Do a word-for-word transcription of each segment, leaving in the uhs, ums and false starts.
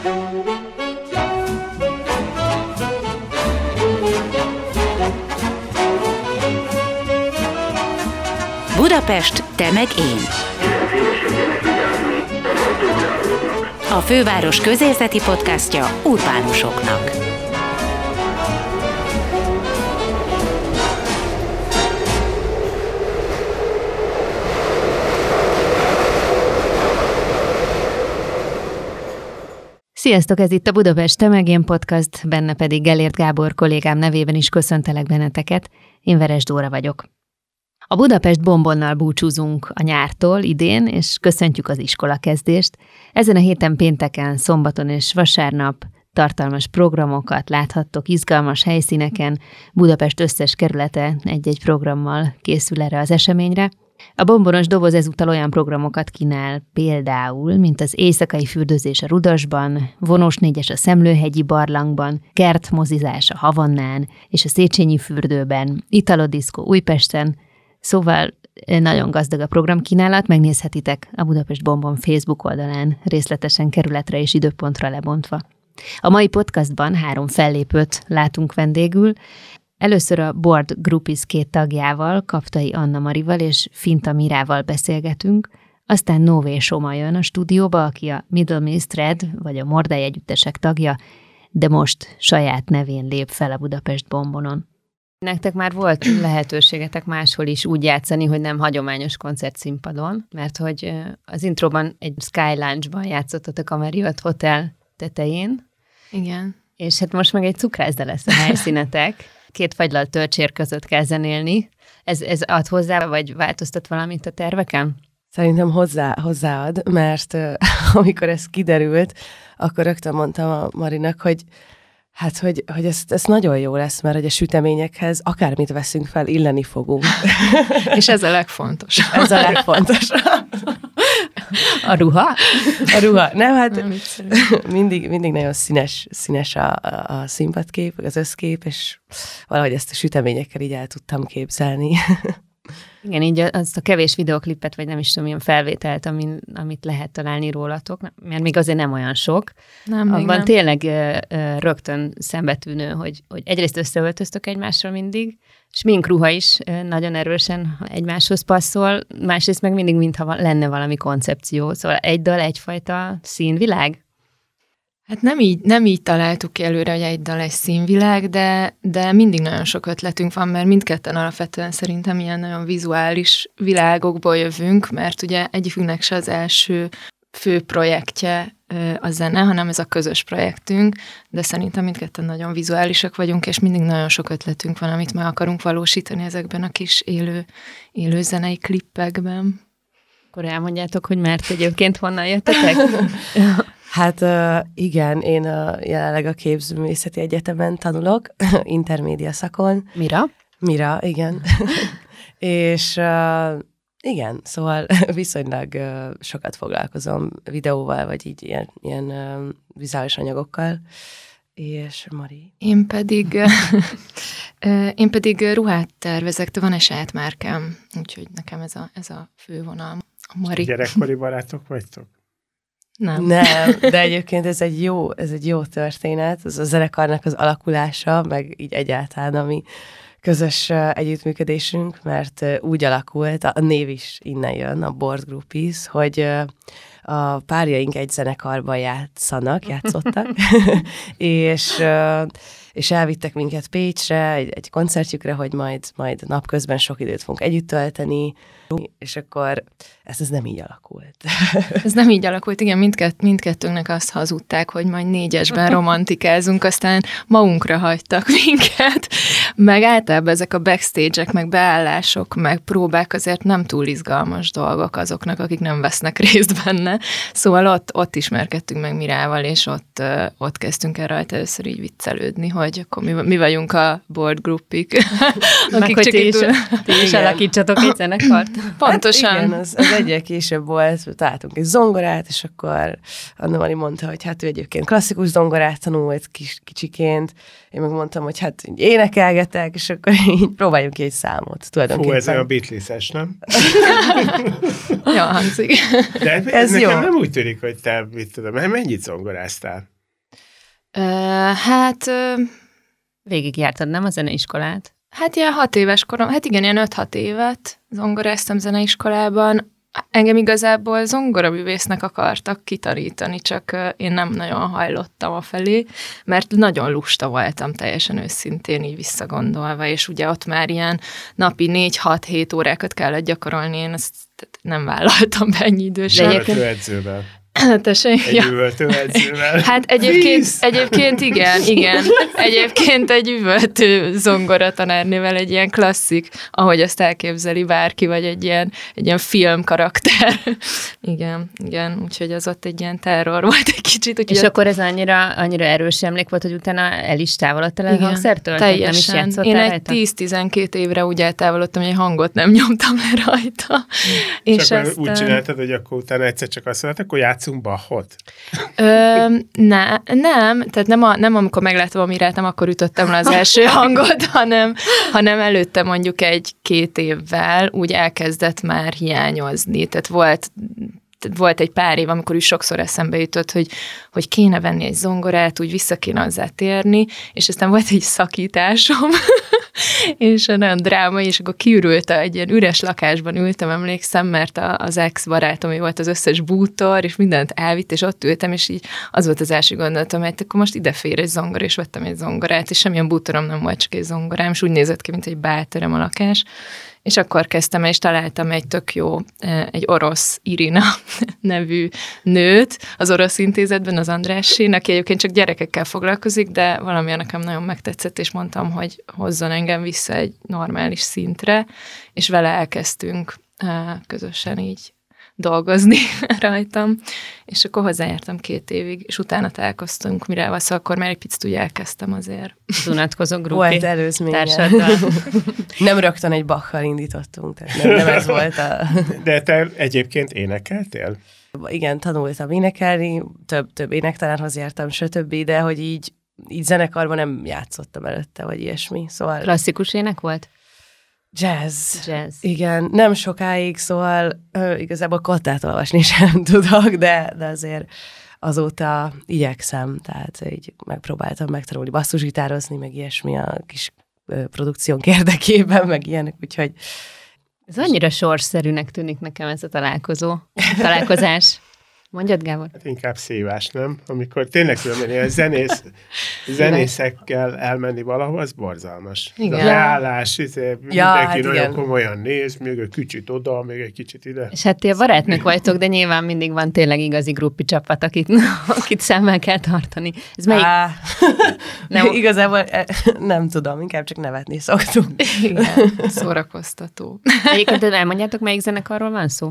Budapest, te meg én. A főváros közérzeti podcastja urbánusoknak. Sziasztok, ez itt a Budapest, te meg én podcast, benne pedig Gellért Gábor kollégám nevében is köszöntelek benneteket. Én Veres Dóra vagyok. A Budapest Bombonnal búcsúzunk a nyártól idén, és köszöntjük az iskolakezdést. Ezen a héten pénteken, szombaton és vasárnap tartalmas programokat láthattok izgalmas helyszíneken. Budapest összes kerülete egy-egy programmal készül erre az eseményre. A Bombonos Doboz ezúttal olyan programokat kínál például, mint az éjszakai fürdőzés a Rudasban, vonós négyes a Szemlőhegyi barlangban, kertmozizás a Havannán és a Széchenyi fürdőben, italodiszkó Újpesten. Szóval nagyon gazdag a programkínálat, megnézhetitek a Budapest Bombon Facebook oldalán, részletesen kerületre és időpontra lebontva. A mai podcastban három fellépőt látunk vendégül. Először a Board Groupies két tagjával, Kaptai Anna Marival és Finta Mirával beszélgetünk, aztán Nové Soma jön a stúdióba, aki a Middle Mist Red vagy a Mordály együttesek tagja, de most saját nevén lép fel a Budapest Bombonon. Nektek már volt lehetőségetek máshol is úgy játszani, hogy nem hagyományos koncertszínpadon, mert hogy az intróban egy Sky Lounge-ban játszottatok a Marriott Hotel tetején. Igen. És hát most meg egy cukrászda lesz a helyszínetek. Két fagylalt tölcsér között kell zenélni. Ez, ez ad hozzá, vagy változtat valamit a terveken? Szerintem hozzá, hozzáad, mert uh, amikor ez kiderült, akkor rögtön mondtam a Marinak, hogy hát, hogy, hogy ez, ez nagyon jó lesz, mert hogy a süteményekhez akármit veszünk fel, illeni fogunk. És ez a legfontosabb. Ez a legfontosabb. A ruha? A ruha. Nem, hát nem, mindig, mindig nagyon színes, színes a, a, a színpadkép, az összkép, és valahogy ezt a süteményekkel így el tudtam képzelni. Igen, így azt a kevés videoklipet, vagy nem is tudom, ilyen felvételt, amin, amit lehet találni rólatok, mert még azért nem olyan sok. Nem, még Abban nem. tényleg uh, uh, rögtön szembetűnő, hogy, hogy egyrészt összeöltöztök egymásra mindig, és minkruha is uh, nagyon erősen egymáshoz passzol, másrészt meg mindig mintha lenne valami koncepció. Szóval egy dal, egyfajta színvilág? Hát nem így, nem így találtuk ki előre, hogy egy dal egy színvilág, de, de mindig nagyon sok ötletünk van, mert mindketten alapvetően szerintem ilyen nagyon vizuális világokból jövünk, mert ugye egyikünknek se az első fő projektje a zene, hanem ez a közös projektünk, de szerintem mindketten nagyon vizuálisak vagyunk, és mindig nagyon sok ötletünk van, amit meg akarunk valósítani ezekben a kis élő, élő zenei klippekben. Akkor elmondjátok, hogy mert egyébként honnan jöttetek? Hát uh, igen, én uh, jelenleg a Képzőművészeti Egyetemen tanulok, intermédia szakon. Mira? Mira, igen. És uh, igen, szóval viszonylag uh, sokat foglalkozom videóval, vagy így ilyen, ilyen uh, vizuális anyagokkal. És Mari? Én pedig, én pedig ruhát tervezek, de van egy saját márkám, úgyhogy nekem ez a, ez a fő vonal. A Mari. Gyerekkori barátok vagytok? Nem. Nem, de egyébként ez egy jó, ez egy jó történet, ez a zenekarnak az alakulása, meg így egyáltalán a mi közös együttműködésünk, mert úgy alakult, a név is innen jön, a Board Groupies, hogy a párjaink egy zenekarban játszanak, játszottak, és, és elvittek minket Pécsre, egy, egy koncertjükre, hogy majd, majd napközben sok időt fogunk együtt tölteni, és akkor ez, ez nem így alakult. Ez nem így alakult, igen, mindkett, mindkettőnknek azt hazudták, hogy majd négyesben romantikázunk, aztán magunkra hagytak minket, meg általában ezek a backstage-ek, meg beállások, meg próbák azért nem túl izgalmas dolgok azoknak, akik nem vesznek részt benne. Szóval ott, ott ismerkedtünk meg Mirával, és ott, ott kezdtünk el rajta először így viccelődni, hogy akkor mi, mi vagyunk a board groupik. Meg hogy ti is, ti is alakítsatok egy zenekart. Pontosan. Hát igen, az, az egyel később volt, találtunk egy zongorát, és akkor Anna Mari mondta, hogy hát ő egyébként klasszikus zongorát tanult kis, kicsiként. Én meg mondtam, hogy hát énekelgetek, és akkor így próbáljunk ki egy számot. Fú, ez olyan Beatles-es, nem? Jó hangzik. De ez, ez nekem jó. nem úgy tűnik, hogy te, mit tudom, mennyit zongoráztál? Uh, hát... Uh, Végigjártad, nem a zeneiskolát? Hát ilyen hat éves korom, hát igen, ilyen öt-hat évet zongoráztam zeneiskolában. Engem igazából zongoraművésznek akartak kitanítani, csak én nem nagyon hajlottam afelé, mert nagyon lusta voltam teljesen őszintén így visszagondolva, és ugye ott már ilyen napi négy-hat-hét órákat kellett gyakorolni, én ezt nem vállaltam be ennyi idősen. Üvöltőedzővel. Tessék, egy ja. üvöltőedzővel. Hát egyébként, egyébként igen, igen. Egyébként egy üvöltő zongora tanárnővel egy ilyen klasszik, ahogy azt elképzeli bárki, vagy egy ilyen, egy ilyen film karakter. Igen, igen, úgyhogy az ott egy ilyen terror volt egy kicsit. És ott... akkor ez annyira, annyira erős emlék volt, hogy utána el is távolodtál a hangszertől? Teljesen. Nem is játszottál Én rajta? egy tíz-tizenkét évre úgy eltávolodtam, hogy egy hangot nem nyomtam le rajta. És, és akkor aztán... úgy csináltad, hogy akkor utána egyszer csak azt mondtad, akkor játszunk Bachot? Ö, ne, nem, tehát nem, a, nem amikor megláttam a Mirát, nem akkor ütöttem le az első hangot, hanem, hanem előtte mondjuk egy-két évvel úgy elkezdett már hiányozni. Tehát volt, volt egy pár év, amikor is sokszor eszembe jutott, hogy, hogy kéne venni egy zongorát, úgy vissza kéne hozzá térni, és aztán volt egy szakításom, és nagyon drámai, és akkor kiürült egy ilyen üres lakásban ültem, emlékszem, mert az ex-barátom volt az összes bútor, és mindent elvitt, és ott ültem, és így az volt az első gondolatom, hogy akkor most ide fér egy zongora, és vettem egy zongorát, és semmilyen bútorom nem volt, csak egy zongorám, és úgy nézett ki, mint egy bálterem a lakás. És akkor kezdtem el, és találtam egy tök jó, egy orosz Irina nevű nőt az Orosz Intézetben, az Andrássén, aki egyébként csak gyerekekkel foglalkozik, de valamilyen nekem nagyon megtetszett, és mondtam, hogy hozzon engem vissza egy normális szintre, és vele elkezdtünk közösen így dolgozni rajtam, és akkor hozzájártam két évig, és utána találkoztunk Mirával, szóval akkor már egy picit úgy elkezdtem azért. Unatkozó grupi volt előzménye. Nem rögtön egy Bachal indítottunk, tehát nem, nem ez volt a... De te egyébként énekeltél? Igen, tanultam énekelni, több, több énektanárhoz jártam, stb., de hogy így, így zenekarban nem játszottam előtte, vagy ilyesmi, szóval... Klasszikus ének volt? Jazz. Jazz. Igen, nem sokáig, szóval ö, igazából kottát olvasni sem tudok, de, de azért azóta igyekszem, tehát így megpróbáltam megtanulni basszusgitározni, meg ilyesmi a kis ö, produkciónk érdekében, meg ilyenek, úgyhogy... Ez annyira sorsszerűnek tűnik nekem ez a találkozó, találkozás. Mondjad, Gábor? Hát inkább szívás, nem? Amikor tényleg különben a zenész, zenészekkel elmenni valahol, az borzalmas. Igen. A beállás, izé, mindenki hát nagyon igen. komolyan néz, még egy kicsit oda, még egy kicsit ide. És hát ti a barátnők vagytok, de nyilván mindig van tényleg igazi gruppi csapat, akit, akit szemmel kell tartani. Ez melyik? Á, nem. Igazából nem tudom, inkább csak nevetni szoktunk. Igen, szórakoztató. Egyébként elmondjátok, melyik zenekarról van szó?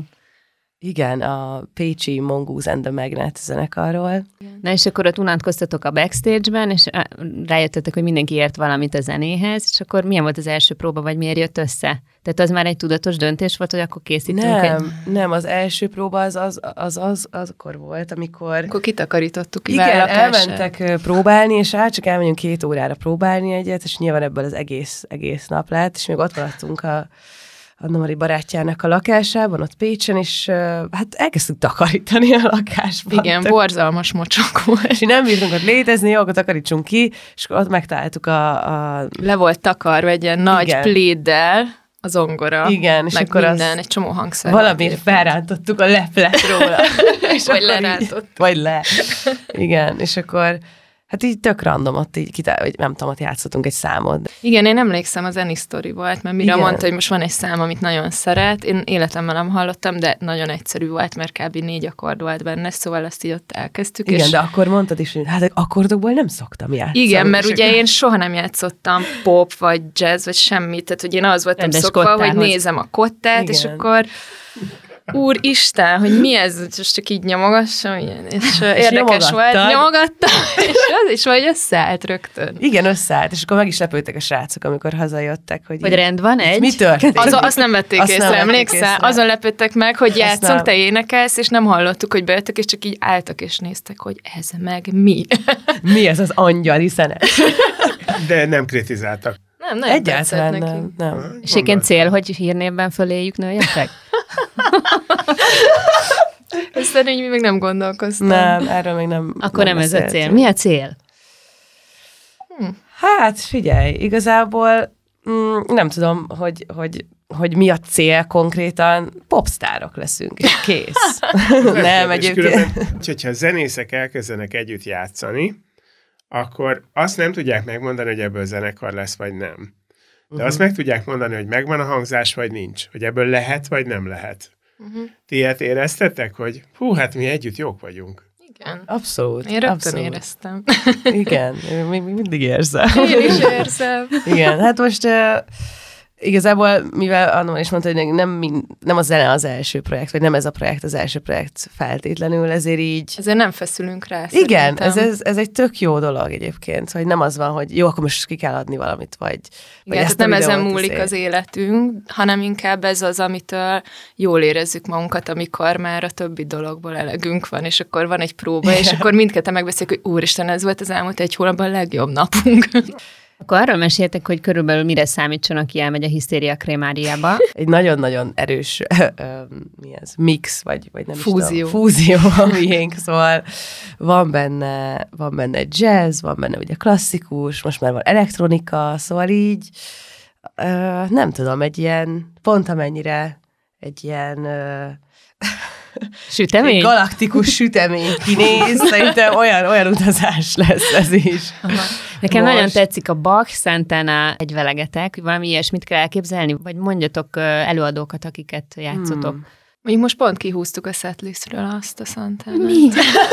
Igen, a pécsi Mongoose and the Magnet zenekarról. Na és akkor ott unatkoztatok a backstage-ben, és rájöttetek, hogy mindenki ért valamit a zenéhez, és akkor milyen volt az első próba, vagy miért jött össze? Tehát az már egy tudatos döntés volt, hogy akkor készítünk? Nem, egy... nem, az első próba az az, az, az, az akkor volt, amikor... Akkor kitakarítottuk igen, elmentek próbálni, és hát csak elmenjünk két órára próbálni egyet, és nyilván ebből az egész, egész nap lett, és még ott maradtunk a Anna Mari barátjának a lakásában, ott Pécsen, és uh, hát elkezdtük takarítani a lakásban. Igen, Tök... borzalmas mocsok volt. És nem bírtunk ott létezni, jó, akkor takarítsunk ki, és ott megtaláltuk a... a... Le volt takarva egy ilyen nagy igen. pléddel, a zongora, igen, és meg akkor minden, egy csomó hangszer. Valamiért felrántottuk a leplet róla. és vagy lerántott. Vagy le. Igen, és akkor hát így tök random, ott így kitál, vagy nem tudom, ott játszottunk egy számot. Igen, én emlékszem, az Any Story volt, mert mire igen. mondta, hogy most van egy szám, amit nagyon szeret. Én életemben nem hallottam, de nagyon egyszerű volt, mert kb. négy akkord volt benne, szóval azt így ott elkezdtük. Igen, és... de akkor mondtad is, hogy hát akkordokból nem szoktam játszani. Igen, mert ugye én soha nem játszottam pop, vagy jazz, vagy semmit, tehát hogy én az voltam rendes szokva, kottához. Hogy nézem a kottát, igen. és akkor... Úristen, hogy mi ez? Most csak így nyomogassam, ilyen, és, és érdekes nyomogattad. Volt, nyomogattam, és az is vagy összeállt rögtön. Igen, összeállt, és akkor meg is lepődtek a srácok, amikor hazajöttek, hogy... Hogy rend van egy? Mi történt? Az, azt nem vették azt észre, emlékszel? Azon lepődtek meg, hogy játszunk, te énekelsz, és nem hallottuk, hogy bejöttek, és csak így álltak és néztek, hogy ez meg mi? Mi ez az angyali szenet? De nem kritizáltak. Nem, nagyon egyáltalán neki. nem. nem. És egyébként cél, hogy hírnévben föléjük nőjetek? Ezt szerintem mi még nem gondolkoztam. Nem, erről még nem. Akkor nem, nem ez a cél. Mi a cél? Hát figyelj, igazából mm, nem tudom, hogy, hogy, hogy mi a cél konkrétan, popstárok leszünk, és kész. Nem, egyébként. Hogyha zenészek elkezdenek együtt játszani, akkor azt nem tudják megmondani, hogy ebből zenekar lesz, vagy nem. De uh-huh. azt meg tudják mondani, hogy megvan a hangzás, vagy nincs. Hogy ebből lehet, vagy nem lehet. Uh-huh. Ti ilyet éreztetek, hogy hú, hát mi együtt jók vagyunk. Igen. Abszolút. Én rögtön abszolút. éreztem. Igen, még mindig érzem. Én is érzem. Igen, hát most uh, igazából, mivel Anna is mondta, hogy nem, nem a zene az első projekt, vagy nem ez a projekt az első projekt feltétlenül, ezért így... Ezért nem feszülünk rá. Igen, ez, ez, ez egy tök jó dolog egyébként, hogy nem az van, hogy jó, akkor most ki kell adni valamit, vagy... Igen, vagy nem ezen múlik azért. az életünk, hanem inkább ez az, amitől jól érezzük magunkat, amikor már a többi dologból elegünk van, és akkor van egy próba, és akkor mindketten megbeszéljük, hogy úristen, ez volt az elmúlt egy hónapban a legjobb napunk. Akkor arról meséltek, hogy körülbelül mire számítson, aki elmegy a Hisztéria Krémáriába. Egy nagyon-nagyon erős mi ez, mix, vagy, vagy nem fúzió. is tudom, fúzió a miénk, szóval van benne, van benne jazz, van benne ugye klasszikus, most már van elektronika, szóval így nem tudom, egy ilyen, pont amennyire egy ilyen sütemény? Egy galaktikus sütemény kinéz, szerintem olyan, olyan utazás lesz ez is. Aha. Nekem Most... nagyon tetszik a Bach, Santana egy velegetek, valami ilyesmit kell elképzelni, vagy mondjatok előadókat, akiket játszotok. Hmm. Mondjuk most pont kihúztuk a setlistről azt a Santánát. Mi?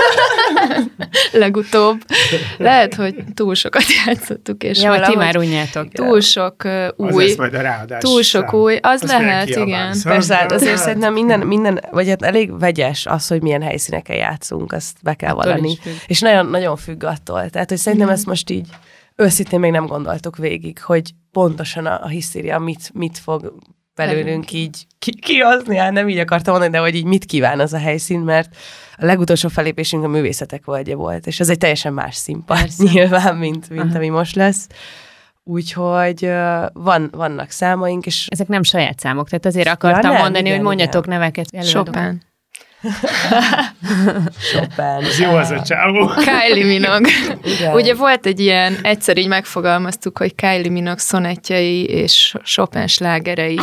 Legutóbb. Lehet, hogy túl sokat játszottuk, és ja, valahogy ti már unjátok. Túl sok uh, új. Az majd a ráadás túl sok szám. új. Az Azt lehet, igen. Persze, hát azért szerintem minden, minden, vagy hát elég vegyes az, hogy milyen helyszíneken játszunk, azt be kell vallani. És nagyon, nagyon függ attól. Tehát, hogy szerintem mm. ezt most így őszintén még nem gondoltuk végig, hogy pontosan a, a hisztéria mit, mit fog belőlünk így ki, kihozni, hát nem így akartam mondani, de hogy így mit kíván az a helyszín, mert a legutolsó felépésünk a Művészetek Völgye volt, és ez egy teljesen más színpad Persze. nyilván, mint, mint ami most lesz. Úgyhogy uh, van, vannak számaink, és... Ezek nem saját számok, tehát azért akartam ja, nem, mondani, igen, hogy mondjatok igen. neveket. Chopin. Chopin. Ez jó az a csávó. Kylie Minogue. Ugye volt egy ilyen, egyszer így megfogalmaztuk, hogy Kylie Minogue szonettjei és Chopin slágerei.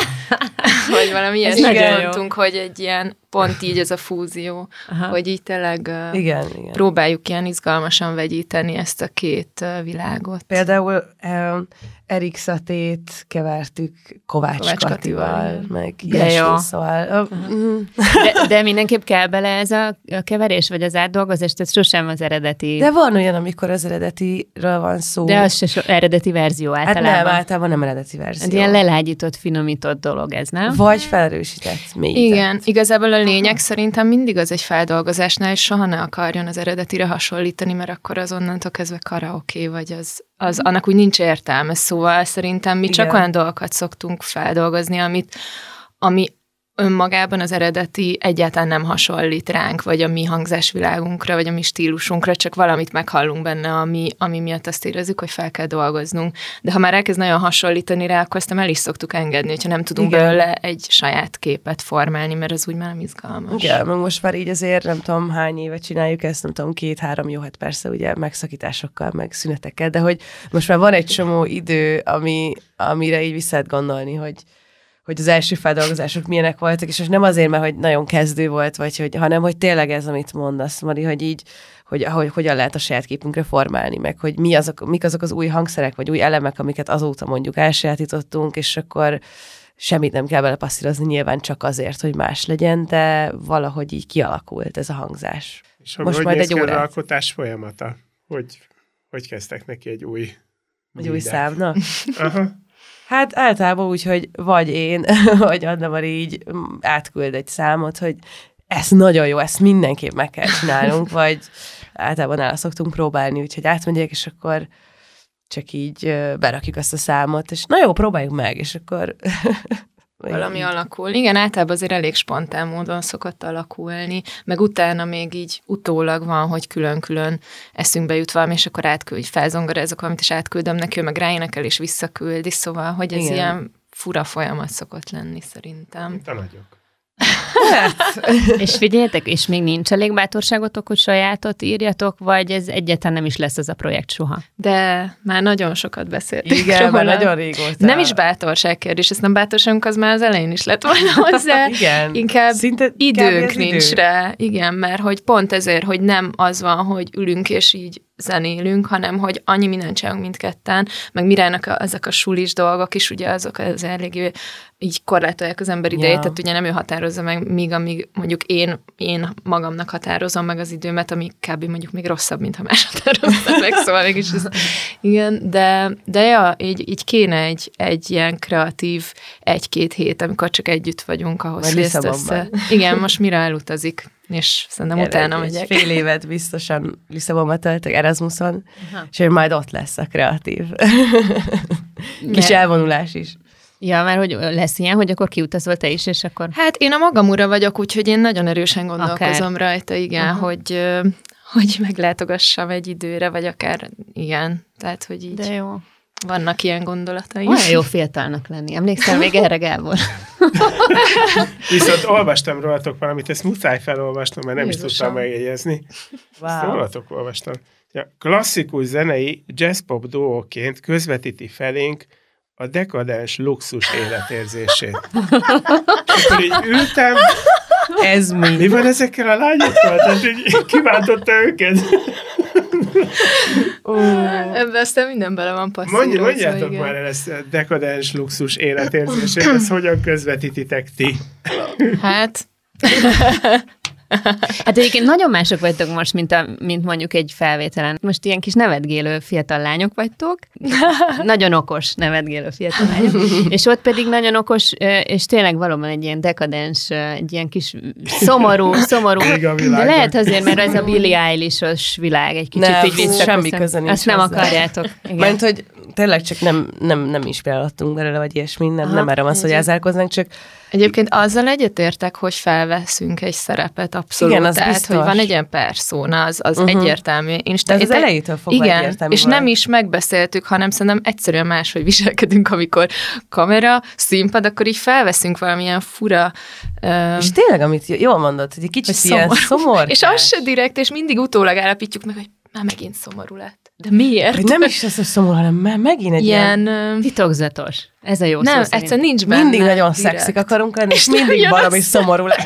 Vagy valami ilyesmit mondtunk, hogy egy ilyen, pont így ez a fúzió, Aha. hogy így tényleg uh, igen, igen. próbáljuk ilyen izgalmasan vegyíteni ezt a két uh, világot. Például um, Erik Szatét kevertük Kovács, Kovács Katival, Katival meg ilyesmi, szóval. Uh, de, de mindenképp kell bele ez a, a keverés, vagy az átdolgozás, ez sosem az eredeti. De van olyan, amikor az eredetiről van szó. De az se so, eredeti verzió általában. Hát nem, általában nem eredeti verzió. Hát ilyen lelágyított, finomított dolog ez, nem? Vagy felerősített, mélyített. Igen, igazából a lényeg szerintem mindig az egy feldolgozásnál, és soha ne akarjon az eredetire hasonlítani, mert akkor az onnantól kezdve karaoké, vagy az, az annak úgy nincs értelme. Szóval szerintem mi Igen. csak olyan dolgokat szoktunk feldolgozni, amit, ami önmagában az eredeti egyáltalán nem hasonlít ránk, vagy a mi hangzásvilágunkra, vagy a mi stílusunkra, csak valamit meghallunk benne, ami, ami miatt azt érezzük, hogy fel kell dolgoznunk. De ha már elkezd nagyon hasonlítani rá, akkor aztán el is szoktuk engedni, hogyha nem tudunk Igen. belőle egy saját képet formálni, mert az úgy már nem izgalmas. Igen, meg most már így azért nem tudom hány éve csináljuk ezt, nem tudom, két-három, jó, hát persze ugye megszakításokkal, meg szünetekkel, de hogy most már van egy csomó idő, ami, amire így vissza lehet gondolni, hogy hogy az első feldolgozások milyenek voltak, és most nem azért, mert hogy nagyon kezdő volt, vagy hogy, hanem hogy tényleg ez, amit mondasz, Mari, hogy így, hogy, hogy hogyan lehet a saját képünkre formálni, meg hogy mi azok, mik azok az új hangszerek, vagy új elemek, amiket azóta mondjuk elsajátítottunk, és akkor semmit nem kell belepasszírozni, nyilván csak azért, hogy más legyen, de valahogy így kialakult ez a hangzás. És most hogy majd egy órát. Az alkotás folyamata? Hogy, hogy kezdtek neki egy új Egy új számnak? Aha. Hát általában úgy, hogy vagy én, vagy Anna Mari így átküld egy számot, hogy ez nagyon jó, ezt mindenképp meg kell csinálnunk, vagy általában nála szoktunk próbálni, úgyhogy átmegyek, és akkor csak így berakjuk azt a számot, és na jó, próbáljuk meg, és akkor... Valami így alakul. Igen, általában azért elég spontán módon szokott alakulni, meg utána még így utólag van, hogy külön-külön eszünkbe jut valami, és akkor átküld, felzongorázok valamit, és átküldöm neki, ő meg ráénekel, és visszaküldi, szóval, hogy ez Igen. ilyen fura folyamat szokott lenni szerintem. Mint a nagyok. És figyeljetek, és még nincs elég bátorságotok, hogy sajátot írjatok, vagy ez egyáltalán nem is lesz ez a projekt soha? De már nagyon sokat beszéltünk. Igen, már nagyon régóta. Nem is bátorság kérdés, ezt nem bátorságunk, az már az elején is lett volna hozzá. Igen. Inkább Szinte időnk idő. nincs rá. Igen, mert hogy pont ezért, hogy nem az van, hogy ülünk és így zenélünk, hanem hogy annyi mindent csinálunk mindketten, meg Mirának a, ezek a sulis dolgok is, ugye azok az eléggé így korlátolják az ember idejét, Ja. tehát ugye nem ő határozza meg, míg amíg mondjuk én, én magamnak határozom meg az időmet, ami kb. Mondjuk még rosszabb, mint ha más határozza meg, szóval mégis ez, igen, de, de ja, így, így kéne egy, egy ilyen kreatív egy-két hét, amikor csak együtt vagyunk ahhoz, Majd hogy ezt Lisszabonban. össze... Igen, most Mira elutazik, és szerintem utána Egy megyek. Fél évet biztosan Lisszabonba töltök Erasmuson, és hogy majd ott lesz a kreatív. Kis Mert- elvonulás is. Ja, mert hogy lesz ilyen, hogy akkor kiutazol te is, és akkor... Hát én a magam ura vagyok, úgyhogy én nagyon erősen gondolkozom Akár. rajta, igen, Aha. hogy, ö, hogy meglátogassam egy időre, vagy akár igen, tehát, hogy így De jó. vannak ilyen gondolataim. Olyan jó fiatalnak lenni. Emlékszel még erre, Gábor? Viszont olvastam rólatok valamit, ezt muszáj felolvasnom, mert nem is Jézusom. tudtam megjegyezni. Ezt Wow. rólatok olvastam. Ja, klasszikus zenei jazz-pop duóként közvetíti felénk a dekadens luxus életérzését. Akkor így ültem, Ez mi? mi van ezekkel a lányokkal? Tehát így kiváltotta őket. Ebben aztán minden bele van passzírozva. Mondj, mondjátok igen. már el ezt a dekadens luxus életérzését, ezt hogyan közvetítitek ti? Hát, Hát egyébként nagyon mások vagytok most, mint, a, mint mondjuk egy felvételen. Most ilyen kis nevetgélő fiatal lányok vagytok, nagyon okos nevetgélő fiatal lányok, és ott pedig nagyon okos, és tényleg valóban egy ilyen dekadens, egy ilyen kis szomorú, szomorú, Ég a de világon. lehet azért, mert ez a Billie Eilish-os világ egy kicsit Nem, így visszaköszön. semmi köze nincs Azt nem hozzá. akarjátok. Igen. Mert hogy tényleg csak nem, nem, nem inspirálottunk belőle, vagy ilyesmi, nem, Aha. nem erre van szó, hogy elzárkoznánk, csak egyébként azzal egyetértek, hogy felveszünk egy szerepet, abszolút. Igen, az Tehát, biztos. hogy van egy ilyen perszóna, az, az Uh-huh. egyértelmű. Én is de ez én az te- elejétől fogva igen, egyértelmű és volt. nem is megbeszéltük, hanem szerintem egyszerűen máshogy viselkedünk, amikor kamera, színpad, akkor így felveszünk valamilyen fura... Uh, És tényleg, amit jól mondod, hogy egy kicsit Hogy ilyen szomorú. szomorkás. és az se direkt, és mindig utólag állapítjuk meg, hogy már megint szomorú lett. De miért? Hogy nem is az, hogy szomorú, hanem már megint egy ilyen... ilyen... ö, Titokzatos. Ez a jó nem, szó egyszerűen szerint. nincs benne. Mindig nagyon direkt. szexik akarunk lenni, és nem mindig jön valami össze. szomorú lesz.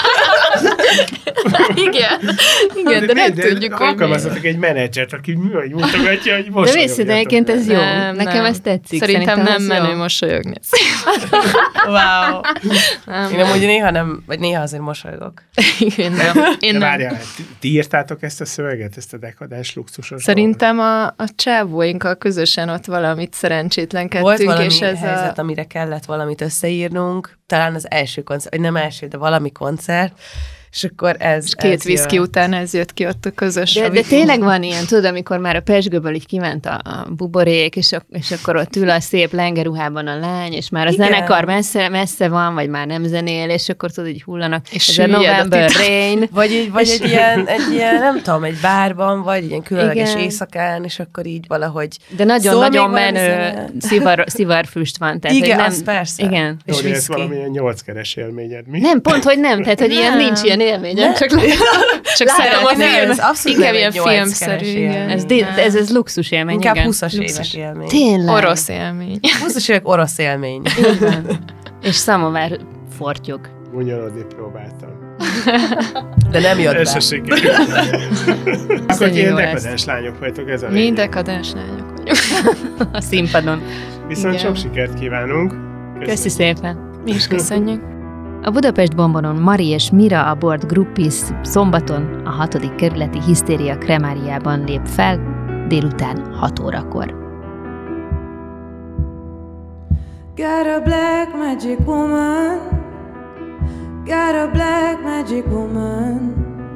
Igen, igen, de nem tudjuk, hogy miért. Alkalmazzatok egy menedzsert, aki művegy mutogatja, hogy De mosolyogjatok. vissza, de egyébként ez jó. Nem, Nekem nem. ez tetszik. Szerintem, nem ez menő jó. mosolyogni. Wow. Nem, Én amúgy néha nem, vagy néha azért mosolygok. én nem. Én De nem. várjál, ti, ti írtátok ezt a szöveget, ezt a dekadens luxusos Szerintem a, a csávóinkkal közösen ott valamit szerencsétlenkedtünk, Volt valami és ez helyzet, a... amire kellett valamit összeírnunk, talán az első koncert, vagy nem első, de valami koncert, és akkor ez... És két ez viszki jött. után ez jött ki ott a közös. De, de tényleg van ilyen, tudod, amikor már a pezsgőből így kiment a, a buborék, és, a, és akkor ott ül a szép lengeruhában a lány, és már a Igen. zenekar messze, messze van, vagy már nem zenél, és akkor tudod, így hullanak. És ez a süllyed a November titok. Rain. Vagy, egy, vagy egy, ilyen, egy ilyen, nem tudom, egy bárban, vagy ilyen különleges Igen. éjszakán, és akkor így valahogy... De nagyon-nagyon Szól még valami menő zene? szivar, szivarfüst van. Tehát, Igen, hogy nem, az persze. Igen. És És ez viszki. valamilyen nyolckeres élményed, mi? Nem, pont, hogy nem. Tehát, hogy ilyen Nem. nincs ilyen élményem, csak, Csak Látom szeretem a a film. film. Ez abszolút Inkább nem ilyen egy nyolc filmszerű, keres igen. élmény. ez, di- ez, ez luxus élmény, Inkább igen. húszas Luxus. évek élmény. Tényleg. Orosz élmény. húszas évek orosz élmény. Így van. És szamovár fortyog. Bunyolodni próbáltam. De nem jött Ez se be. sikerült. Akkor Köszönjük, ilyen jó lesz. dekadens lányok vagytok, ez a Mi lényeg. dekadens lányok vagyunk. A színpadon. Viszont Igen. sok sikert kívánunk. Köszi szépen. Mi is köszönjük. A Budapest Bombonon Mari és Mira a Board Groupies szombaton a hatodik kerületi Hisztéria Kremáriában lép fel, délután hat órakor. Got a black magic woman. Got a black magic woman.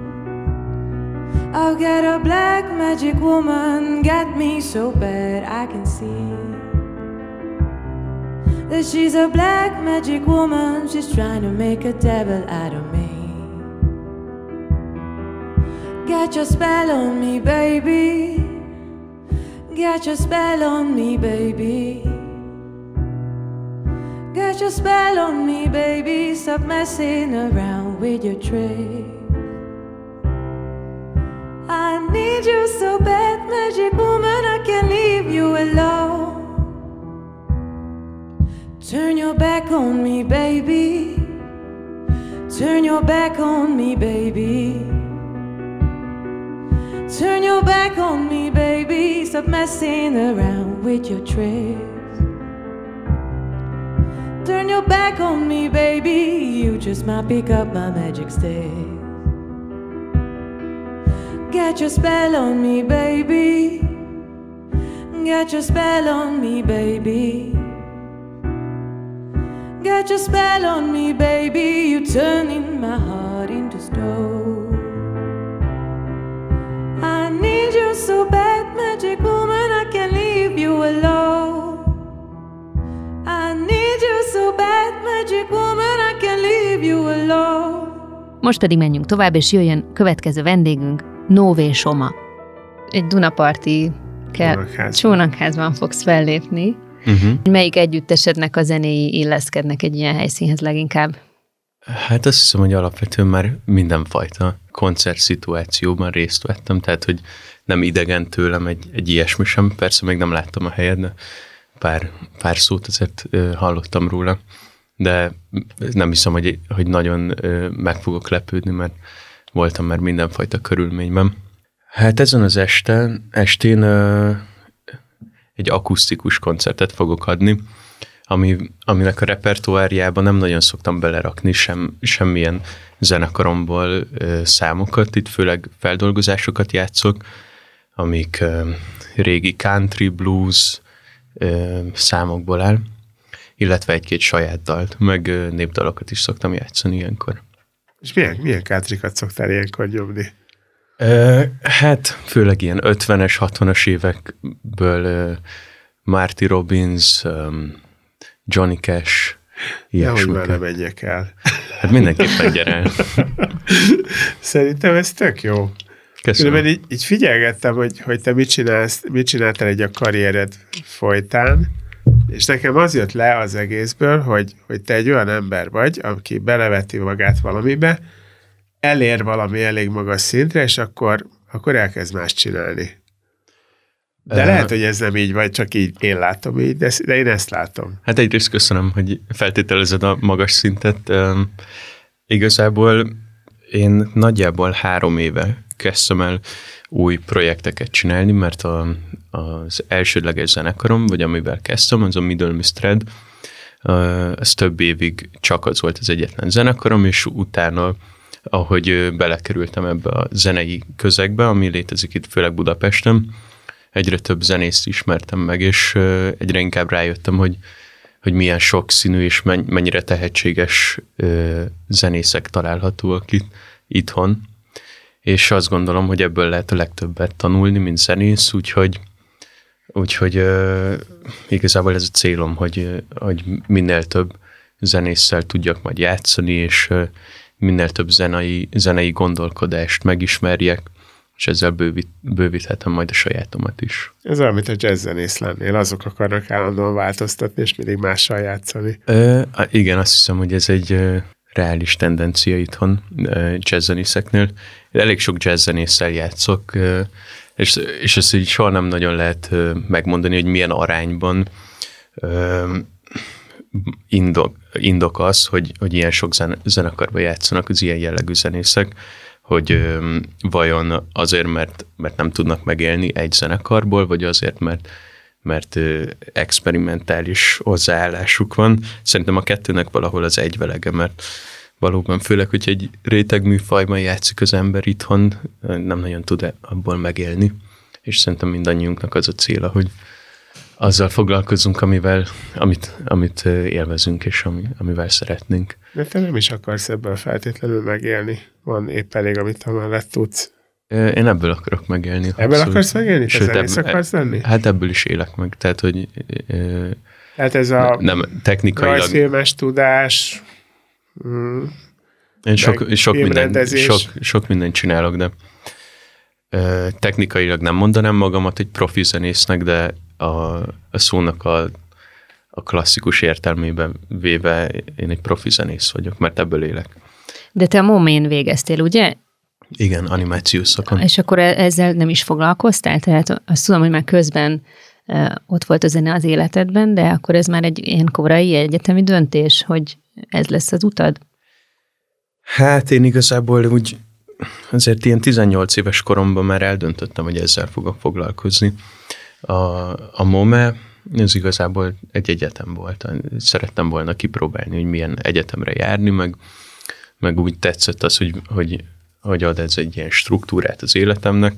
I've got a black magic woman. Got me so bad I can see that she's a black magic woman. She's trying to make a devil out of me. Got your spell on me, baby. Got your spell on me, baby. Got Get your spell on me, baby. Stop messing around with your tricks. I need you so bad, magic woman, I can't leave you alone. Turn your back on me, baby. Turn your back on me, baby. Turn your back on me, baby. Stop messing around with your tricks. Turn your back on me, baby. You just might pick up my magic stick. Get your spell on me, baby. Get your spell on me, baby. Get your spell on me, baby. You turning my heart into stone. I need you so bad, magic woman, I can't leave you alone. I need you so bad, magic woman, I can't leave you alone. Most pedig menjünk tovább, és jöjjön következő vendégünk, Nové Soma. Egy Dunaparti Csónakházban. Csónakházban fogsz fellépni. Uh-huh. Melyik együttesednek a zenéi illeszkednek egy ilyen helyszínhez leginkább? Hát azt hiszem, hogy alapvetően már mindenfajta koncertszituációban részt vettem, tehát hogy nem idegen tőlem egy, egy ilyesmi sem. Persze még nem láttam a helyet, de pár, pár szót azért ö, hallottam róla. De nem hiszem, hogy, hogy nagyon ö, meg fogok lepődni, mert voltam már mindenfajta körülményben. Hát ezen az esten, estén ö, egy akusztikus koncertet fogok adni, ami, aminek a repertoárjában nem nagyon szoktam belerakni sem, semmilyen zenekaromból ö, számokat, itt főleg feldolgozásokat játszok, amik ö, régi country, blues ö, számokból áll, illetve egy-két saját dalt, meg ö, népdalokat is szoktam játszani ilyenkor. És milyen, milyen countrykat szoktál ilyenkor nyomni? Ö, hát főleg ilyen ötvenes, hatvanas évekből uh, Marty Robbins, um, Johnny Cash, ilyesmiket. Nehogy már ne menjek el. Hát mindenképpen gyere el. Szerintem ez tök jó. Köszönöm. Különben így, így figyelgettem, hogy, hogy te mit, csinálsz, mit csináltál egy a karriered folytán, és nekem az jött le az egészből, hogy, hogy te egy olyan ember vagy, aki beleveti magát valamibe, elér valami elég magas szintre, és akkor, akkor elkezd más csinálni. De uh, lehet, hogy ez nem így, vagy csak így én látom így, de, de én ezt látom. Hát egyrészt köszönöm, hogy feltételezed a magas szintet. Um, igazából én nagyjából három éve kezdtem el új projekteket csinálni, mert a, az elsődleges zenekarom, vagy amivel kezdtem, az a Middle Mistred, uh, ez több évig csak az volt az egyetlen zenekarom, és utána ahogy belekerültem ebbe a zenei közegbe, ami létezik itt főleg Budapesten, egyre több zenészt ismertem meg, és egyre inkább rájöttem, hogy, hogy milyen sokszínű és mennyire tehetséges zenészek találhatóak itt, itthon. És azt gondolom, hogy ebből lehet a legtöbbet tanulni, mint zenész, úgyhogy, úgyhogy uh, igazából ez a célom, hogy, hogy minél több zenésszel tudjak majd játszani, és uh, minél több zenei, zenei gondolkodást megismerjek, és ezzel bővít, bővíthetem majd a sajátomat is. Ez olyan, mint a jazzzenész lennél, azok akarnak állandóan változtatni, és mindig mással játszani. Ö, igen, azt hiszem, hogy ez egy ö, reális tendencia itthon ö, jazzzenészeknél. Elég sok jazzzenésszel játszok, ö, és, és ezt így soha nem nagyon lehet ö, megmondani, hogy milyen arányban ö, indok, indok az, hogy, hogy ilyen sok zen, zenekarban játszanak az ilyen jellegű zenészek, hogy ö, vajon azért, mert, mert nem tudnak megélni egy zenekarból, vagy azért, mert, mert ö, experimentális hozzáállásuk van. Szerintem a kettőnek valahol az egyvelege, mert valóban főleg, hogy egy réteg műfajban játszik az ember itthon, nem nagyon tud abból megélni, és szerintem mindannyiunknak az a célja, hogy azzal foglalkozunk, amivel, amit, amit élvezünk, és ami, amivel szeretnénk. De te nem is akarsz ebből feltétlenül megélni. Van épp elég, amit amellett tudsz. Én ebből akarok megélni. Ebből abszolút. Akarsz megélni? Te zenész akarsz lenni? Hát ebből is élek meg. Tehát, hogy Tehát ez a nem, technikailag... rajzfilmes tudás... Mm, én sok, sok, minden, sok, sok mindent csinálok, de uh, technikailag nem mondanám magamat egy profi zenésznek, de a, a szónak a, a klasszikus értelmében véve én egy profi zenész vagyok, mert ebből élek. De te a Momén végeztél, ugye? Igen, animációs szakon. És akkor ezzel nem is foglalkoztál? Tehát azt tudom, hogy már közben ott volt a zene az életedben, de akkor ez már egy ilyen korai egyetemi döntés, hogy ez lesz az utad? Hát én igazából úgy azért ilyen tizennyolc éves koromban már eldöntöttem, hogy ezzel fogok foglalkozni. A, a MOME, ez igazából egy egyetem volt. Szerettem volna kipróbálni, hogy milyen egyetemre járni, meg, meg úgy tetszett az, hogy, hogy, hogy ad ez egy ilyen struktúrát az életemnek.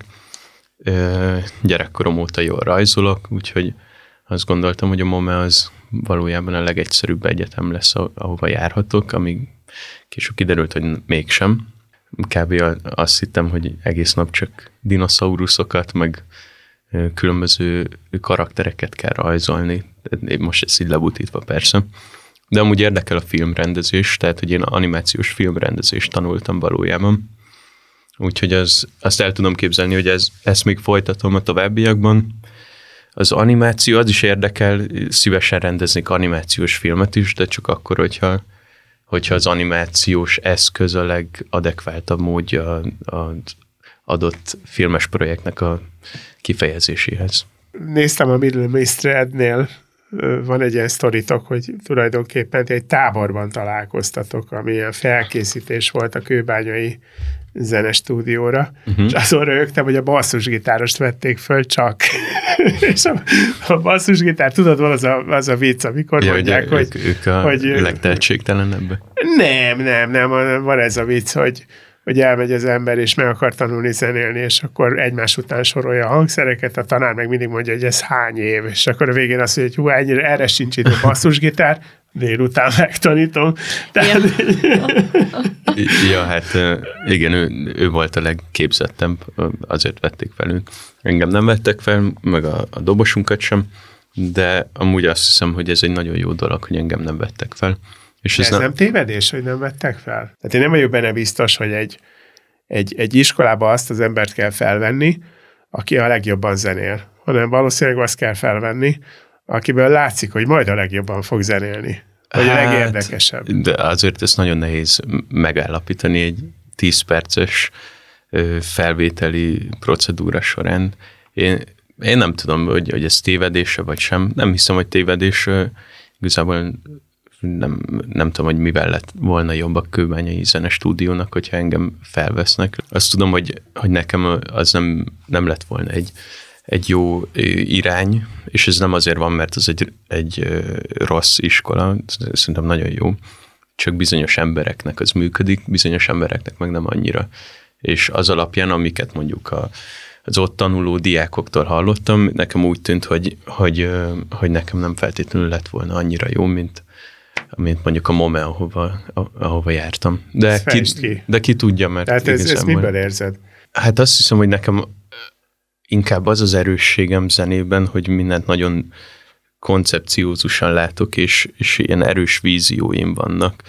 Gyerekkorom óta jól rajzolok, úgyhogy azt gondoltam, hogy a MOME az valójában a legegyszerűbb egyetem lesz, ahova járhatok, amíg később kiderült, hogy mégsem. Kb. Azt hittem, hogy egész nap csak dinoszauruszokat, meg különböző karaktereket kell rajzolni. Most ez így lebutítva persze. De amúgy érdekel a filmrendezés, tehát hogy én animációs filmrendezést tanultam valójában. Úgyhogy az, azt el tudom képzelni, hogy ez, ezt még folytatom a továbbiakban. Az animáció, az is érdekel, szívesen rendeznék animációs filmet is, de csak akkor, hogyha, hogyha az animációs eszköz a legadekváltabb módja az adott filmes projektnek a kifejezéséhez. Néztem a Middle Mistrednél, van egy ilyen sztoritok, hogy tulajdonképpen egy táborban találkoztatok, ami ilyen felkészítés volt a kőbányai zenestúdióra, uh-huh. és azon rögtem, hogy a basszusgitárost vették föl csak. És a, a basszusgitár, tudod, van az a, az a vicc, amikor ja, mondják, hogy... Ők, ők a hogy, legtehetségtelenebbek. Nem, nem, nem, van ez a vicc, hogy hogy elmegy az ember, és meg akar tanulni zenélni, és akkor egymás után sorolja a hangszereket, a tanár meg mindig mondja, hogy ez hány év, és akkor a végén azt mondja, hogy hú, ennyire, erre sincs idő basszusgitár, délután megtanítom. Tehát... Ja. ja, hát igen, ő, ő volt a legképzettebb, azért vették fel őt. Engem nem vettek fel, meg a, a dobosunkat sem, de amúgy azt hiszem, hogy ez egy nagyon jó dolog, hogy engem nem vettek fel. És ez, ez nem... nem tévedés, hogy nem vettek fel? Tehát én nem vagyok benne biztos, hogy egy, egy, egy iskolába azt az embert kell felvenni, aki a legjobban zenél, hanem valószínűleg azt kell felvenni, akiből látszik, hogy majd a legjobban fog zenélni. Vagy hát, a legérdekesebb. De azért ez nagyon nehéz megállapítani egy tíz perces felvételi procedúra során. Én, én nem tudom, hogy, hogy ez tévedése vagy sem. Nem hiszem, hogy tévedés. Igazából nem, nem tudom, hogy mivel lett volna jobb a kőbányai zenestúdiónak, hogyha engem felvesznek. Azt tudom, hogy, hogy nekem az nem, nem lett volna egy, egy jó irány, és ez nem azért van, mert az egy, egy rossz iskola, szerintem nagyon jó, csak bizonyos embereknek az működik, bizonyos embereknek meg nem annyira. És az alapján, amiket mondjuk a, az ott tanuló diákoktól hallottam, nekem úgy tűnt, hogy, hogy, hogy nekem nem feltétlenül lett volna annyira jó, mint mint mondjuk a MOME, ahova, ahova jártam. De ki, ki. de ki tudja, mert... Tehát ez, ez miből érzed? Hát azt hiszem, hogy nekem inkább az az erősségem zenében, hogy mindent nagyon koncepciózusan látok, és, és ilyen erős vízióim vannak.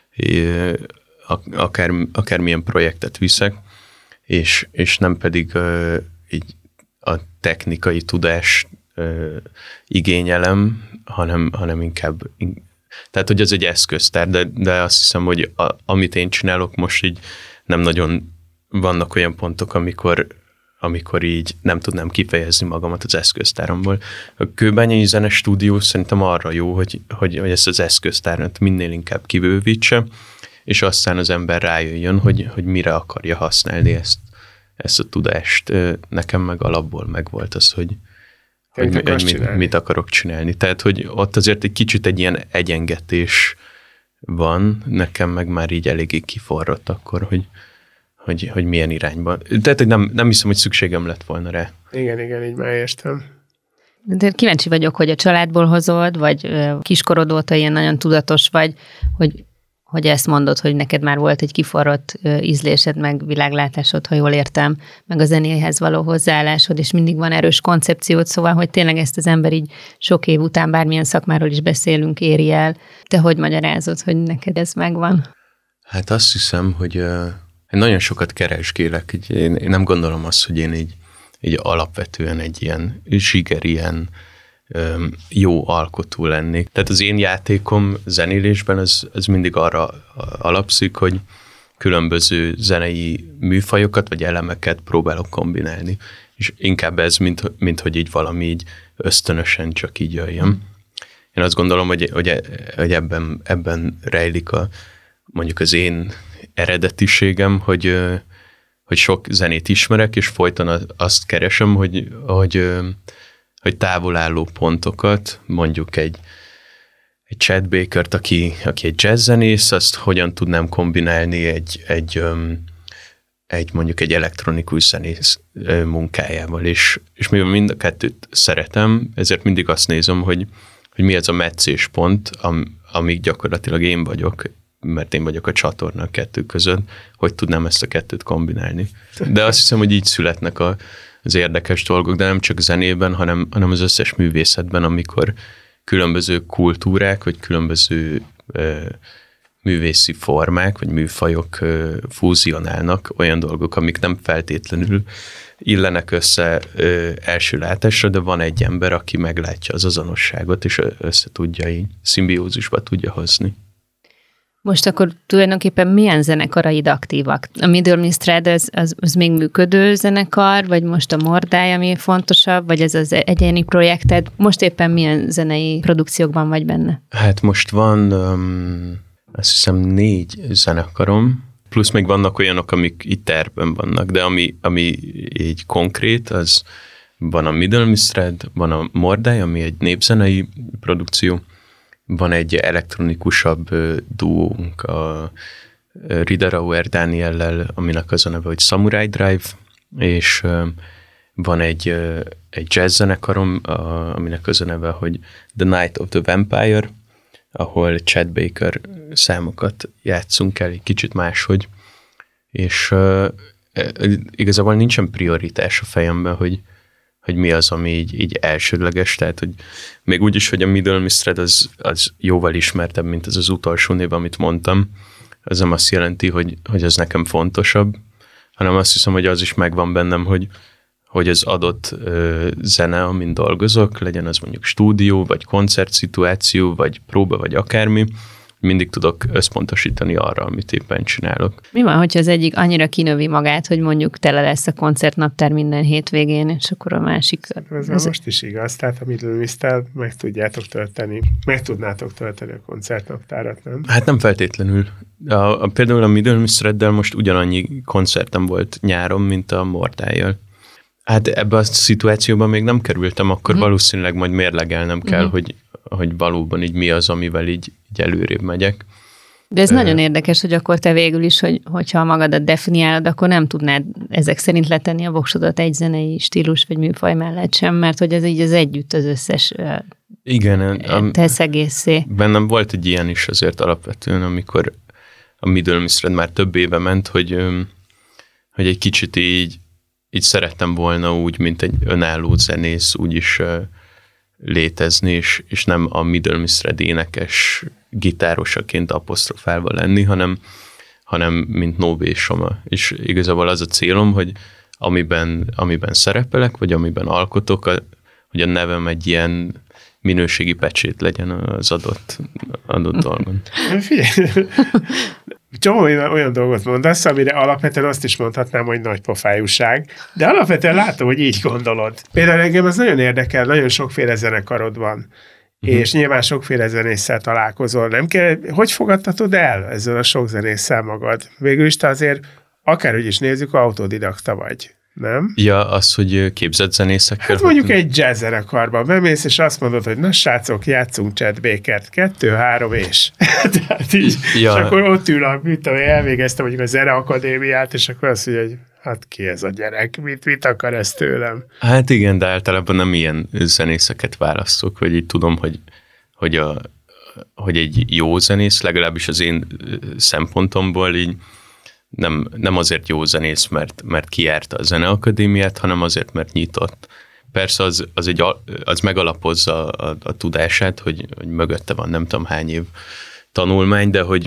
Akár, akármilyen projektet viszek, és, és nem pedig uh, így a technikai tudást uh, igényelem, hanem, hanem inkább... Tehát, hogy ez egy eszköztár, de, de azt hiszem, hogy a, amit én csinálok most így nem nagyon vannak olyan pontok, amikor, amikor így nem tudnám kifejezni magamat az eszköztáromból. A kőbányai zenestúdió szerintem arra jó, hogy, hogy, hogy ezt az eszköztárat minél inkább kibővítse, és aztán az ember rájöjjön, hogy, hogy mire akarja használni ezt, ezt a tudást. Nekem meg alapból megvolt az, hogy Hogy, hogy mit, mit akarok csinálni. Tehát, hogy ott azért egy kicsit egy ilyen egyengetés van, nekem meg már így eléggé kiforrott akkor, hogy, hogy, hogy milyen irányban. Tehát, hogy nem, nem hiszem, hogy szükségem lett volna rá. Igen, igen, így már értem. De kíváncsi vagyok, hogy a családból hozod, vagy kiskorod óta ilyen nagyon tudatos vagy, hogy hogy ezt mondod, hogy neked már volt egy kiforrott ízlésed, meg világlátásod, ha jól értem, meg a zenéhez való hozzáállásod, és mindig van erős koncepciód, szóval, hogy tényleg ezt az ember így sok év után, bármilyen szakmáról is beszélünk, éri el. Te hogy magyarázod, hogy neked ez megvan? Hát azt hiszem, hogy uh, én nagyon sokat keresgélek. Én, én nem gondolom azt, hogy én így, így alapvetően egy ilyen zsiger, ilyen jó alkotó lennék. Tehát az én játékom zenélésben az, az mindig arra alapszik, hogy különböző zenei műfajokat vagy elemeket próbálok kombinálni. És inkább ez, mint, mint hogy így valami így ösztönösen csak így jöjjön. Én azt gondolom, hogy, hogy, hogy ebben, ebben rejlik a, mondjuk az én eredetiségem, hogy, hogy sok zenét ismerek, és folyton azt keresem, hogy, hogy, hogy távolálló pontokat, mondjuk egy, egy Chet Bakert, aki, aki egy jazzzenész, azt hogyan tudnám kombinálni egy, egy, egy mondjuk egy elektronikus zenész munkájával, és, és mivel mind a kettőt szeretem, ezért mindig azt nézem, hogy, hogy mi az a meccéspont, am, amíg gyakorlatilag én vagyok, mert én vagyok a csatorna a kettő között, hogy tudnám ezt a kettőt kombinálni. De azt hiszem, hogy így születnek a, az érdekes dolgok, de nem csak zenében, hanem, hanem az összes művészetben, amikor különböző kultúrák, vagy különböző ö, művészi formák, vagy műfajok ö, fúzionálnak, olyan dolgok, amik nem feltétlenül illenek össze ö, első látásra, de van egy ember, aki meglátja az azonosságot, és össze tudja így, szimbiózisba tudja hozni. Most akkor tulajdonképpen milyen zenekaraid aktívak? A Middle Mistrad az, az, az még működő zenekar, vagy most a Mordály, ami fontosabb, vagy ez az egyéni projekted? Most éppen milyen zenei produkciókban vagy benne? Hát most van, um, azt hiszem négy zenekarom, plusz még vannak olyanok, amik itt tervben vannak, de ami, ami így konkrét, az van a Middle Mistrad, van a Mordály, ami egy népzenei produkció, van egy elektronikusabb duónk a Riederauer Daniellel, aminek az a neve, hogy Samurai Drive, és van egy, egy jazz zenekarom, aminek az a neve, hogy The Night of the Vampire, ahol Chet Baker számokat játszunk el, egy kicsit máshogy, és uh, igazából nincsen prioritás a fejemben, hogy hogy mi az, ami így, így elsődleges, tehát hogy még úgy is, hogy a Middle Mistrad az, az jóval ismertebb, mint az az utolsó név, amit mondtam, az nem azt jelenti, hogy, hogy ez nekem fontosabb, hanem azt hiszem, hogy az is megvan bennem, hogy, hogy az adott ö, zene, amin dolgozok, legyen az mondjuk stúdió, vagy koncertszituáció, vagy próba, vagy akármi, mindig tudok összpontosítani arra, amit éppen csinálok. Mi van, hogyha az egyik annyira kinövi magát, hogy mondjuk tele lesz a koncertnaptár minden hétvégén, és akkor a másik... Ez, ez most is igaz, tehát a Middle Mistrad meg tudjátok tölteni, meg tudnátok tölteni a koncertnaptárat, nem? Hát nem feltétlenül. A, a, például a Middle Mistraddel most ugyanannyi koncertem volt nyáron, mint a Mordályjal. Hát ebben a szituációban még nem kerültem, akkor hmm. valószínűleg majd mérlegelnem kell, hmm. hogy hogy valóban így mi az, amivel így, így előrébb megyek. De ez uh, nagyon érdekes, hogy akkor te végül is, hogy, hogyha magadat definiálod, akkor nem tudnád ezek szerint letenni a voksodat egy zenei stílus vagy műfaj mellett sem, mert hogy ez így az együtt az összes uh, igen, tesz egészé. Bennem volt egy ilyen is azért alapvetően, amikor a Middle Mistrad már több éve ment, hogy, hogy egy kicsit így, így szerettem volna úgy, mint egy önálló zenész, úgyis létezni, és, és nem a Middle Mistrad énekes gitárosaként apostrofálva lenni, hanem, hanem mint Nóvé Soma. És igazából az a célom, hogy amiben, amiben szerepelek, vagy amiben alkotok, a, hogy a nevem egy ilyen minőségi pecsét legyen az adott, adott dolgon. Figyelj, csomó olyan, olyan dolgot mondasz, amire alapvetően azt is mondhatnám, hogy nagy pofájúság, de alapvetően látom, hogy így gondolod. Például engem az nagyon érdekel, nagyon sokféle zenekarod van, uh-huh. és nyilván sokféle zenésszel találkozol. Nem kell, hogy fogadtatod el ezzel a sok zenésszel magad? Végül is te azért, akárhogy is nézzük, autodidakta vagy. Nem? Ja, az, hogy képzett zenészekkel. Hát mondjuk egy jazz zenekarba bemész, és azt mondod, hogy na srácok, játszunk Chet Bakert, kettő, három és. Tehát így, ja. És akkor ott ül, amit elvégeztem mondjuk a zeneakadémiát, és akkor azt mondja, hogy hát ki ez a gyerek, mit, mit akar ez tőlem? Hát igen, de általában nem ilyen zenészeket választok, hogy így tudom, hogy, hogy, a, hogy egy jó zenész, legalábbis az én szempontomból így Nem, nem azért jó zenész, mert, mert kijárta a zeneakadémiát, hanem azért, mert nyitott. Persze az, az, egy, az megalapozza a, a, a tudását, hogy, hogy mögötte van nem tudom hány év tanulmány, de hogy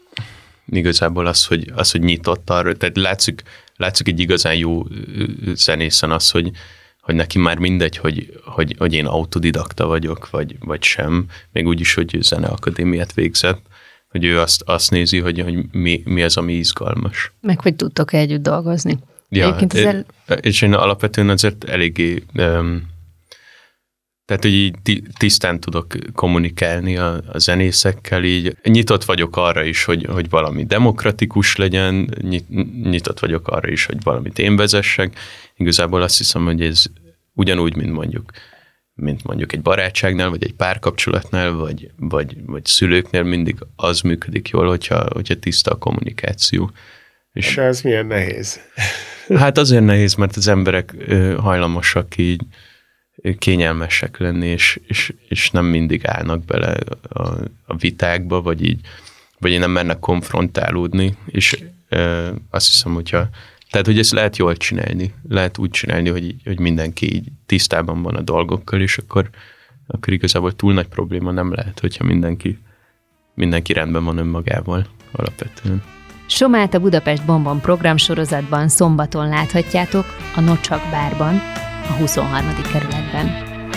igazából az, hogy, az, hogy nyitott arra, tehát látszik, látszik egy igazán jó zenészen az, hogy, hogy neki már mindegy, hogy, hogy, hogy én autodidakta vagyok, vagy, vagy sem, még úgy is, hogy zeneakadémiát végzett, hogy ő azt, azt nézi, hogy, hogy mi, mi az, ami izgalmas. Meg hogy tudtok együtt dolgozni. Ja, el... és én alapvetően azért eléggé, um, tehát, hogy így tisztán tudok kommunikálni a, a zenészekkel, így nyitott vagyok arra is, hogy, hogy valami demokratikus legyen, nyit, nyitott vagyok arra is, hogy valamit én vezessek. Igazából azt hiszem, hogy ez ugyanúgy, mint mondjuk, mint mondjuk egy barátságnál, vagy egy párkapcsolatnál, vagy, vagy, vagy szülőknél mindig az működik jól, hogyha, hogyha tiszta a kommunikáció. És de ez milyen nehéz? Hát azért nehéz, mert az emberek hajlamosak így kényelmesek lenni, és, és, és nem mindig állnak bele a, a vitákba, vagy így, vagy én nem mernek konfrontálódni, és e, azt hiszem, hogyha, tehát, hogy ezt lehet jól csinálni, lehet úgy csinálni, hogy, hogy mindenki így tisztában van a dolgokkal, és akkor, akkor igazából túl nagy probléma nem lehet, hogyha mindenki, mindenki rendben van önmagával alapvetően. Somát a Budapest Bonbon programsorozatban szombaton láthatjátok a Nocsak bárban, a huszonharmadik kerületben.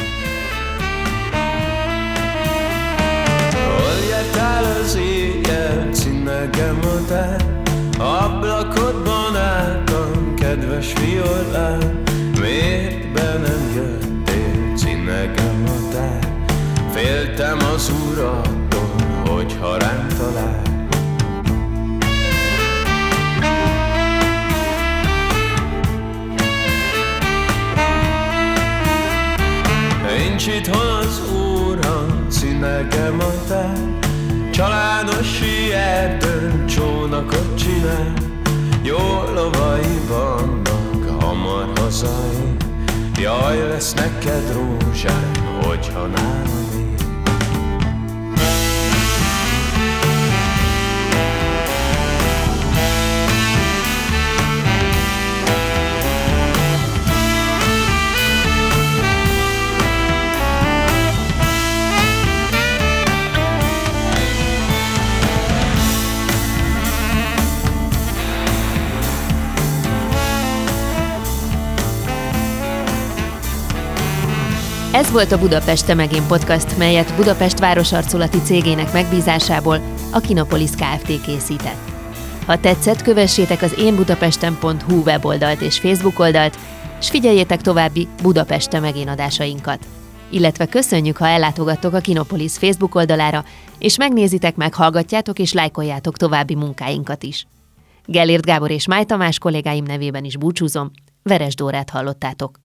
Hol jártál az éjjel, cinnegem adál, ablakodban álltam, kedves violán, miért be nem jöttél, cinnegem adál, féltem az urattól, hogyha rám talál. Nincs itthon az úram, cinnegem adál, családos erdőn csónakot csinál, jó lovai vannak, hamar hazaér, jaj, lesz neked rózsám, hogyha nálam ér. Ez volt a Budapest Te meg én podcast, melyet Budapest városarculati cégének megbízásából a Kinopolis Kft. Készített. Ha tetszett, kövessétek az én budapesten pont hu weboldalt és Facebook oldalt, s figyeljétek további Budapest Te meg én adásainkat. Illetve köszönjük, ha ellátogattok a Kinopolis Facebook oldalára, és megnézitek, meghallgatjátok és lájkoljátok további munkáinkat is. Gellért Gábor és Máj Tamás kollégáim nevében is búcsúzom, Veres Dórát hallottátok.